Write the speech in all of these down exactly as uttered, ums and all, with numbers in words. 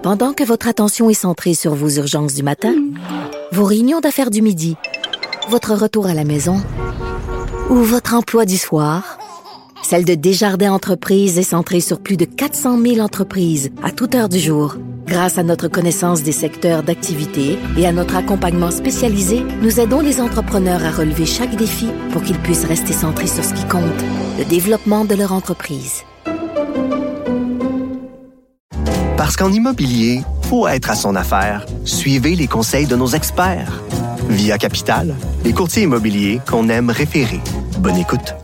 Pendant que votre attention est centrée sur vos urgences du matin, vos réunions d'affaires du midi, votre retour à la maison ou votre emploi du soir, celle de Desjardins Entreprises est centrée sur plus de quatre cent mille entreprises à toute heure du jour. Grâce à notre connaissance des secteurs d'activité et à notre accompagnement spécialisé, nous aidons les entrepreneurs à relever chaque défi pour qu'ils puissent rester centrés sur ce qui compte, le développement de leur entreprise. Parce qu'en immobilier, faut être à son affaire. Suivez les conseils de nos experts. Via Capital, les courtiers immobiliers qu'on aime référer. Bonne écoute.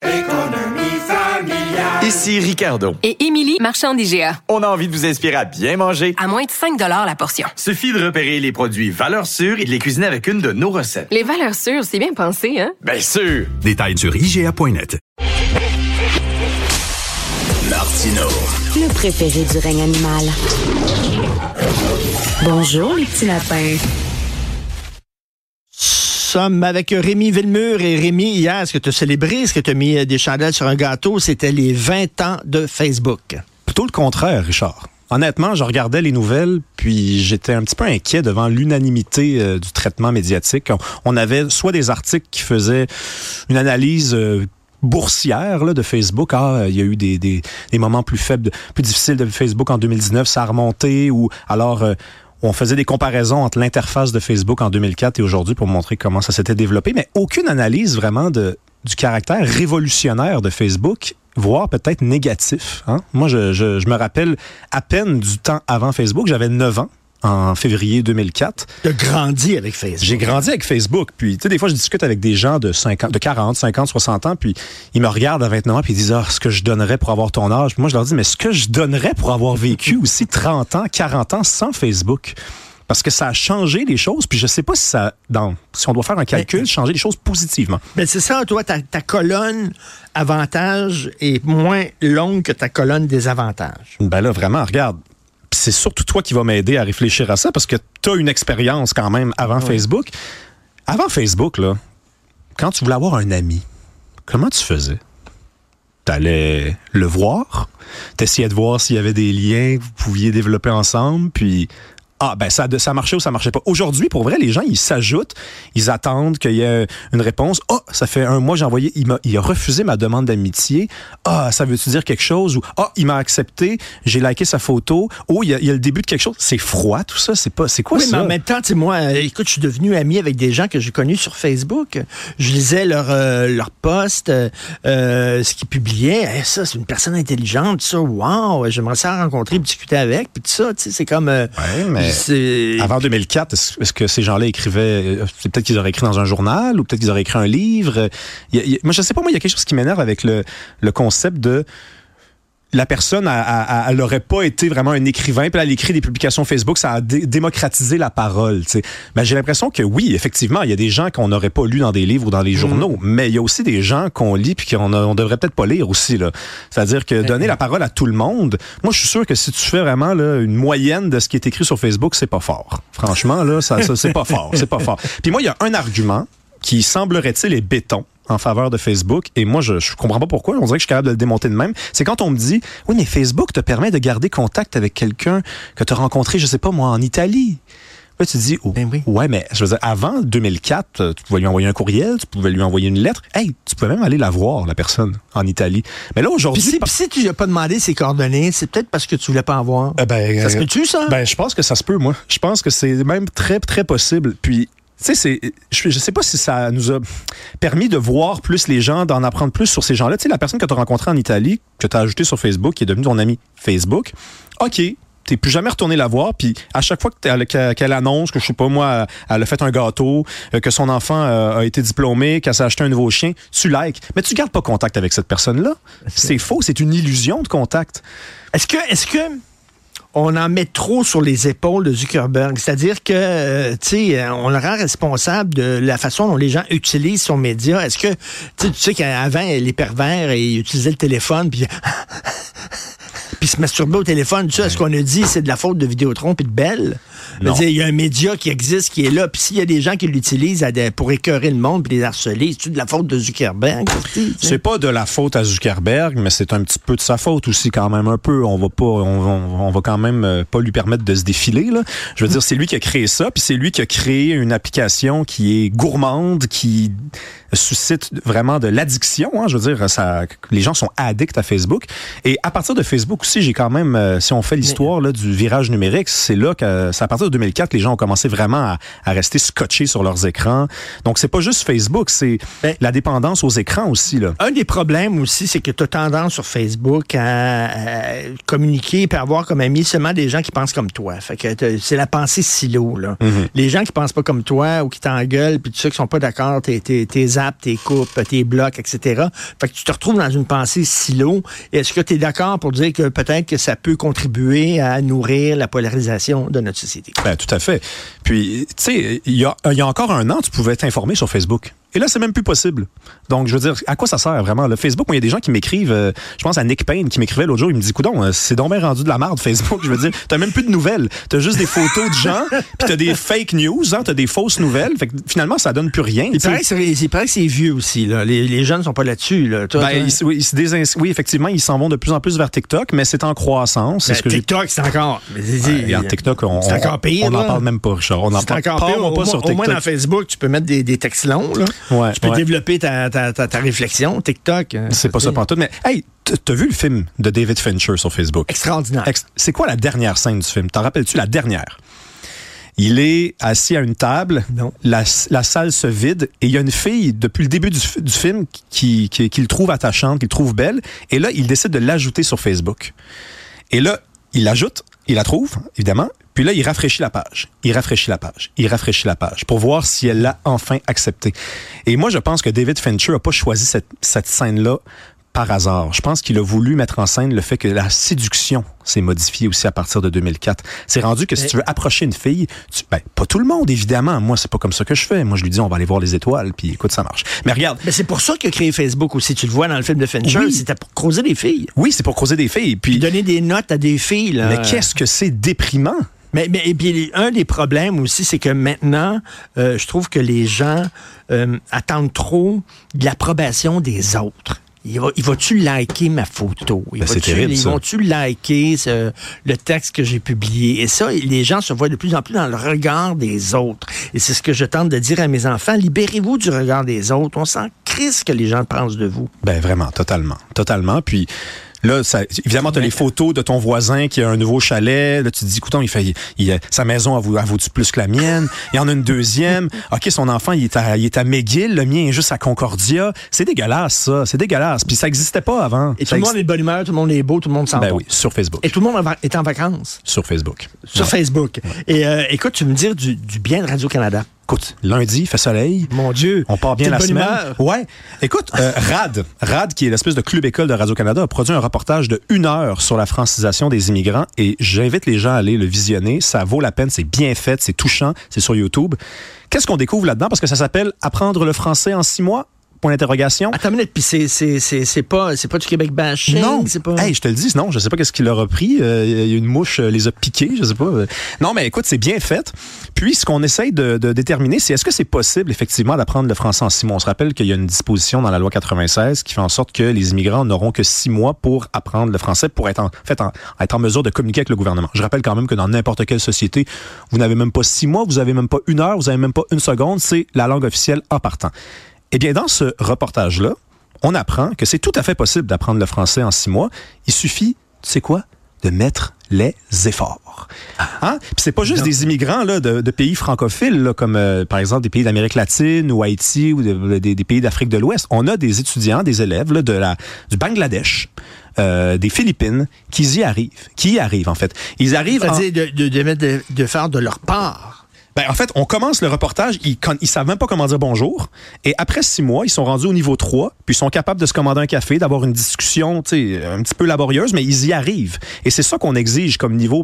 Ici Ricardo. Et Émilie, marchand d'I G A. On a envie de vous inspirer à bien manger. À moins de cinq dollars la portion. Suffit de repérer les produits valeurs sûres et de les cuisiner avec une de nos recettes. Les valeurs sûres, c'est bien pensé, hein? Bien sûr! Détails sur I G A point net. Martino. Le préféré du règne animal. Bonjour, les petits lapins. Nous sommes avec Rémi Villemur. Et Rémi, hier, est-ce que tu as célébré? Est-ce que tu as mis des chandelles sur un gâteau? C'était les vingt ans de Facebook. Plutôt le contraire, Richard. Honnêtement, je regardais les nouvelles, puis j'étais un petit peu inquiet devant l'unanimité euh, du traitement médiatique. On, on avait soit des articles qui faisaient une analyse euh, boursière là, de Facebook. Ah, il y a eu des, des, des moments plus faibles, plus difficiles de Facebook en deux mille dix-neuf, ça a remonté, ou alors... Euh, on faisait des comparaisons entre l'interface de Facebook en deux mille quatre et aujourd'hui pour montrer comment ça s'était développé, mais aucune analyse vraiment de, du caractère révolutionnaire de Facebook, voire peut-être négatif. Hein? Moi, je, je, je me rappelle à peine du temps avant Facebook, j'avais neuf ans. En février deux mille quatre. Tu as grandi avec Facebook. J'ai grandi avec Facebook. Puis, tu sais, des fois, je discute avec des gens de cinquante, de quarante, cinquante, soixante ans, puis ils me regardent à vingt-neuf ans, puis ils disent « Ah, ce que je donnerais pour avoir ton âge. » Puis moi, je leur dis « Mais ce que je donnerais pour avoir vécu aussi trente ans, quarante ans sans Facebook. » Parce que ça a changé les choses, puis je sais pas si ça, dans, si on doit faire un calcul, mais, changer les choses positivement. Ben c'est ça, toi, ta, ta colonne avantages est moins longue que ta colonne désavantages. Ben là, vraiment, regarde. C'est surtout toi qui vas m'aider à réfléchir à ça parce que tu as une expérience quand même avant oui. Facebook. Avant Facebook, là, quand tu voulais avoir un ami, comment tu faisais? T'allais le voir, t'essayais de voir s'il y avait des liens que vous pouviez développer ensemble, puis... Ah, ben ça, ça marchait ou ça marchait pas. Aujourd'hui, pour vrai, les gens, ils s'ajoutent, ils attendent qu'il y ait une réponse. Ah, oh, ça fait un mois, j'ai envoyé, il m'a, il a refusé ma demande d'amitié. Ah, ça veut-tu dire quelque chose? Ou ah, oh, il m'a accepté, j'ai liké sa photo. Oh, il y a, il y a le début de quelque chose. C'est froid, tout ça. C'est pas, c'est quoi oui, ça? Mais en même temps, tu sais, moi, écoute, je suis devenu ami avec des gens que j'ai connus sur Facebook. Je lisais leurs euh, leur posts, euh, ce qu'ils publiaient. Hey, ça, c'est une personne intelligente, ça. Wow, j'aimerais ça rencontrer, discuter avec, puis tout ça. Tu sais, c'est comme. Euh, ouais, mais. C'est... Avant deux mille quatre, est-ce, est-ce que ces gens-là écrivaient... C'est peut-être qu'ils auraient écrit dans un journal ou peut-être qu'ils auraient écrit un livre. Il y a, il y a, moi, je sais pas, moi, il y a quelque chose qui m'énerve avec le, le concept de... La personne, elle n'aurait pas été vraiment un écrivain, puis elle écrit des publications Facebook, ça a dé- démocratisé la parole. T'sais. Ben, j'ai l'impression que oui, effectivement, il y a des gens qu'on n'aurait pas lus dans des livres ou dans les journaux, mmh. mais il y a aussi des gens qu'on lit puis qu'on a, on devrait peut-être pas lire aussi. Là. C'est-à-dire que donner mmh. la parole à tout le monde, moi je suis sûr que si tu fais vraiment là, une moyenne de ce qui est écrit sur Facebook, c'est pas fort. Franchement, là, ça, ça, c'est pas fort, c'est pas fort. Puis moi, il y a un argument qui semblerait-il est béton en faveur de Facebook, et moi, je, je comprends pas pourquoi, on dirait que je suis capable de le démonter de même, c'est quand on me dit, oui, mais Facebook te permet de garder contact avec quelqu'un que tu as rencontré, je sais pas moi, en Italie. Là, tu te dis, oh, ben oui. ouais, mais je veux dire, avant deux mille quatre, tu pouvais lui envoyer un courriel, tu pouvais lui envoyer une lettre, hey, tu pouvais même aller la voir, la personne, en Italie. Mais là, aujourd'hui... Puis si, par... si tu lui as pas demandé ses coordonnées, c'est peut-être parce que tu voulais pas en voir. Euh, ben, ça se peut-tu, ça? Ben, je pense que ça se peut, moi. Je pense que c'est même très, très possible. Puis... Tu sais, c'est, je, je sais pas si ça nous a permis de voir plus les gens, d'en apprendre plus sur ces gens-là. Tu sais, la personne que tu as rencontrée en Italie, que tu as ajoutée sur Facebook, qui est devenue ton ami Facebook, OK, t'es plus jamais retourné la voir, puis à chaque fois que qu'elle, qu'elle annonce que, je sais pas moi, elle a fait un gâteau, que son enfant a été diplômé, qu'elle s'est acheté un nouveau chien, tu likes. Mais tu gardes pas contact avec cette personne-là. C'est, c'est faux, c'est une illusion de contact. Est-ce que... Est-ce que... on en met trop sur les épaules de Zuckerberg. C'est-à-dire que, euh, tu sais, on le rend responsable de la façon dont les gens utilisent son média. Est-ce que, tu sais qu'avant, les pervers, ils utilisaient le téléphone, puis puis se masturber au téléphone, tu sais, ouais. ce qu'on a dit, c'est de la faute de Vidéotron puis de Bell. Il y a un média qui existe, qui est là, puis s'il y a des gens qui l'utilisent à des, pour écœurer le monde puis les harceler, c'est-tu de la faute de Zuckerberg? C'est pas de la faute à Zuckerberg, mais c'est un petit peu de sa faute aussi, quand même, un peu. On va pas, on, on, on va quand même pas lui permettre de se défiler, là. Je veux dire, c'est lui qui a créé ça, puis c'est lui qui a créé une application qui est gourmande, qui suscite vraiment de l'addiction, hein, je veux dire, ça, les gens sont addicts à Facebook. Et à partir de Facebook aussi, j'ai quand même, euh, si on fait l'histoire là, du virage numérique, c'est là que, c'est à partir de deux mille quatre que les gens ont commencé vraiment à, à rester scotchés sur leurs écrans. Donc, c'est pas juste Facebook, c'est ben, la dépendance aux écrans aussi, là. Un des problèmes aussi, c'est que tu as tendance sur Facebook à, à communiquer et avoir comme amis seulement des gens qui pensent comme toi. Fait que c'est la pensée silo, là. Mm-hmm. Les gens qui pensent pas comme toi ou qui t'engueulent, puis tous ceux qui sont pas d'accord, t'es, t'es, t'es tes coupes, tes blocs, et cetera. Fait que tu te retrouves dans une pensée silo. Est-ce que tu es d'accord pour dire que peut-être que ça peut contribuer à nourrir la polarisation de notre société? Ben, tout à fait. Puis, tu sais, il y a, y a encore un an, tu pouvais t'informer sur Facebook. Et là, c'est même plus possible. Donc, je veux dire, à quoi ça sert vraiment? Le Facebook, moi, il y a des gens qui m'écrivent, euh, je pense à Nick Payne qui m'écrivait l'autre jour, il me dit, coudonc, euh, c'est donc bien rendu de la merde, Facebook. Je veux dire, t'as même plus de nouvelles. T'as juste des photos de gens, puis t'as des fake news, hein, t'as des fausses nouvelles. Fait que finalement, ça donne plus rien. Il paraît, que c'est, il paraît que c'est vieux aussi, là. Les, les jeunes sont pas là-dessus, là. Toi, ben, toi? Ils, oui, ils se désins... oui, effectivement, ils s'en vont de plus en plus vers TikTok, mais c'est en croissance. Ben, c'est ce que TikTok, c'est encore. Mais c'est, ouais, regarde, TikTok, on, c'est encore pire. On n'en parle même pas, Richard. On c'est en encore parle pire. Au, pas sur au TikTok. moins, dans Facebook, tu peux mettre des, des textes longs, là. Ouais, tu peux ouais. développer Ta, ta, ta, ta réflexion, TikTok. Euh, c'est pas ça pantoute, mais hey, t'as vu le film de David Fincher sur Facebook? Extraordinaire. Ex- c'est quoi la dernière scène du film? T'en rappelles-tu la dernière? Il est assis à une table, non. La, la salle se vide et il y a une fille, depuis le début du, du film, qui, qui, qui le trouve attachante, qui le trouve belle, et là, il décide de l'ajouter sur Facebook. Et là, il l'ajoute, il la trouve, évidemment, puis là, il rafraîchit la page, il rafraîchit la page, il rafraîchit la page pour voir si elle l'a enfin accepté. Et moi, je pense que David Fincher n'a pas choisi cette, cette scène-là par hasard. Je pense qu'il a voulu mettre en scène le fait que la séduction s'est modifiée aussi à partir de deux mille quatre. C'est rendu que si tu veux approcher une fille, tu, ben, pas tout le monde, évidemment. Moi, c'est pas comme ça que je fais. Moi, je lui dis, on va aller voir les étoiles, puis écoute, ça marche. Mais regarde. Mais c'est pour ça qu'il a créé Facebook aussi. Tu le vois dans le film de Fincher. Oui. C'était pour creuser des filles. Oui, c'est pour creuser des filles. Puis, puis donner des notes à des filles, là. Mais qu'est-ce que c'est déprimant? Mais, mais et puis, un des problèmes aussi, c'est que maintenant, euh, je trouve que les gens euh, attendent trop de l'approbation des autres. Il, va, il va-tu liker ma photo? Il ben va-tu, c'est terrible, ils ça. vont-tu liker ce, le texte que j'ai publié? Et ça, les gens se voient de plus en plus dans le regard des autres. Et c'est ce que je tente de dire à mes enfants. Libérez-vous du regard des autres. On s'en crisse que les gens pensent de vous. Ben vraiment, totalement. Totalement. Puis... Là, ça, évidemment, tu as les photos de ton voisin qui a un nouveau chalet. Là, tu te dis, écoute, il fait, il, il, sa maison, elle vaut, elle vaut-tu plus que la mienne? Il y en a une deuxième. OK, son enfant, il est à, il est à McGill. Le mien est juste à Concordia. C'est dégueulasse, ça. C'est dégueulasse. Puis ça n'existait pas avant. Et ça tout le monde est de bonne humeur, tout le monde est beau, tout le monde s'en va. Ben oui, sur Facebook. Et tout le monde est en vacances. Sur Facebook. Sur ouais. Facebook. Ouais. Et euh, écoute, tu veux me dire du, du bien de Radio-Canada? Écoute, lundi, il fait soleil. Mon Dieu. On part bien la semaine. Humeur. Ouais. Écoute, euh, RAD, RAD, qui est l'espèce de club école de Radio-Canada, a produit un reportage de une heure sur la francisation des immigrants et j'invite les gens à aller le visionner. Ça vaut la peine. C'est bien fait. C'est touchant. C'est sur YouTube. Qu'est-ce qu'on découvre là-dedans? Parce que ça s'appelle Apprendre le français en six mois. Point d'interrogation. Attends une minute, puis c'est, c'est, c'est, c'est, pas, c'est pas du Québec bashing? Non, c'est pas... Hey, je te le dis, non, je sais pas qu'est-ce qu'il leur a pris. Euh, il y a une mouche euh, les a piqués, je sais pas. Non, mais écoute, c'est bien fait. Puis, ce qu'on essaye de, de déterminer, c'est est-ce que c'est possible, effectivement, d'apprendre le français en six mois? On se rappelle qu'il y a une disposition dans la loi quatre-vingt-seize qui fait en sorte que les immigrants n'auront que six mois pour apprendre le français, pour être en, en fait, en, être en mesure de communiquer avec le gouvernement. Je rappelle quand même que dans n'importe quelle société, vous n'avez même pas six mois, vous avez même pas une heure, vous avez même pas une seconde, c'est la langue officielle en partant. Eh bien, dans ce reportage-là, on apprend que c'est tout à fait possible d'apprendre le français en six mois. Il suffit, tu sais quoi, de mettre les efforts. Hein? Puis c'est pas juste non. des immigrants là, de, de pays francophiles, là, comme euh, par exemple des pays d'Amérique latine ou Haïti ou de, de, des pays d'Afrique de l'Ouest. On a des étudiants, des élèves là, de la, du Bangladesh, euh, des Philippines, qui y arrivent. Qui y arrivent, en fait. Ils arrivent C'est-à-dire en... de, de, de, de faire de leur part. Ben, en fait, on commence le reportage, ils, quand, ils savent même pas comment dire bonjour. Et après six mois, ils sont rendus au niveau trois, puis ils sont capables de se commander un café, d'avoir une discussion, tu sais, un petit peu laborieuse, mais ils y arrivent. Et c'est ça qu'on exige comme niveau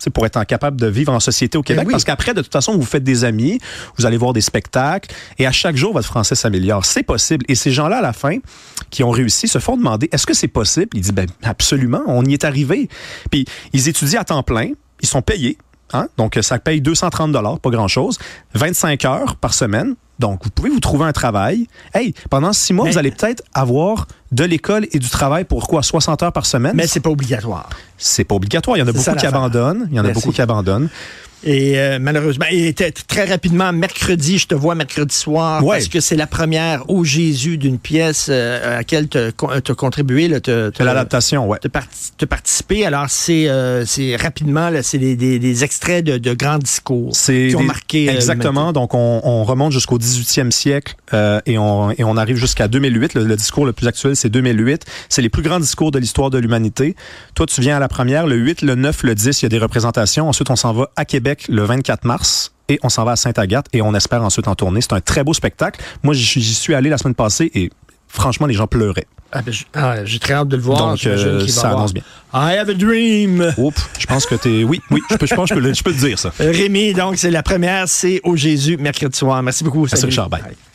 c'est pour être capable de vivre en société au Québec. oui. Parce qu'après, de toute façon, vous faites des amis, vous allez voir des spectacles, et à chaque jour, votre français s'améliore. C'est possible. Et ces gens-là, à la fin, qui ont réussi, se font demander, est-ce que c'est possible? Ils disent, ben, absolument, on y est arrivé. Puis, ils étudient à temps plein, ils sont payés, hein? Donc, ça paye deux cent trente dollars, pas grand-chose, vingt-cinq heures par semaine. Donc, vous pouvez vous trouver un travail. Hey, pendant six mois, mais, vous allez peut-être avoir de l'école et du travail pour quoi? soixante heures par semaine? Mais c'est pas obligatoire. C'est pas obligatoire. Il y en a c'est beaucoup qui abandonnent. Il y en a Merci. beaucoup qui abandonnent. Et euh, malheureusement, et t- très rapidement, mercredi, je te vois mercredi soir, ouais. parce que c'est la première au Jésus d'une pièce euh, à laquelle tu as contribué. Là, te, te, l'adaptation, oui. Tu as participé. Alors, c'est euh, rapidement, là, c'est des, des, des extraits de, de grands discours qui ont des, marqué. Exactement. Euh, Donc, on, on remonte jusqu'au dix-huitième siècle euh, et, on, et on arrive jusqu'à deux mille huit. Le, le discours le plus actuel, c'est deux mille huit. C'est les plus grands discours de l'histoire de l'humanité. Toi, tu viens à la première. Le huit, le neuf, le dix, il y a des représentations. Ensuite, on s'en va à Québec le vingt-quatre mars et on s'en va à Sainte-Agathe et on espère ensuite en tourner. C'est un très beau spectacle. Moi, j'y suis allé la semaine passée et franchement, les gens pleuraient. Ah ben, ah, j'ai très hâte de le voir. Donc, euh, ça annonce bien. I have a dream. Oups, je pense que t'es... Oui, oui, je, peux, je pense que je peux, le, je peux te dire ça. Rémi, donc, c'est la première, c'est au Jésus, mercredi soir. Merci beaucoup. Merci Richard, bye. Bye.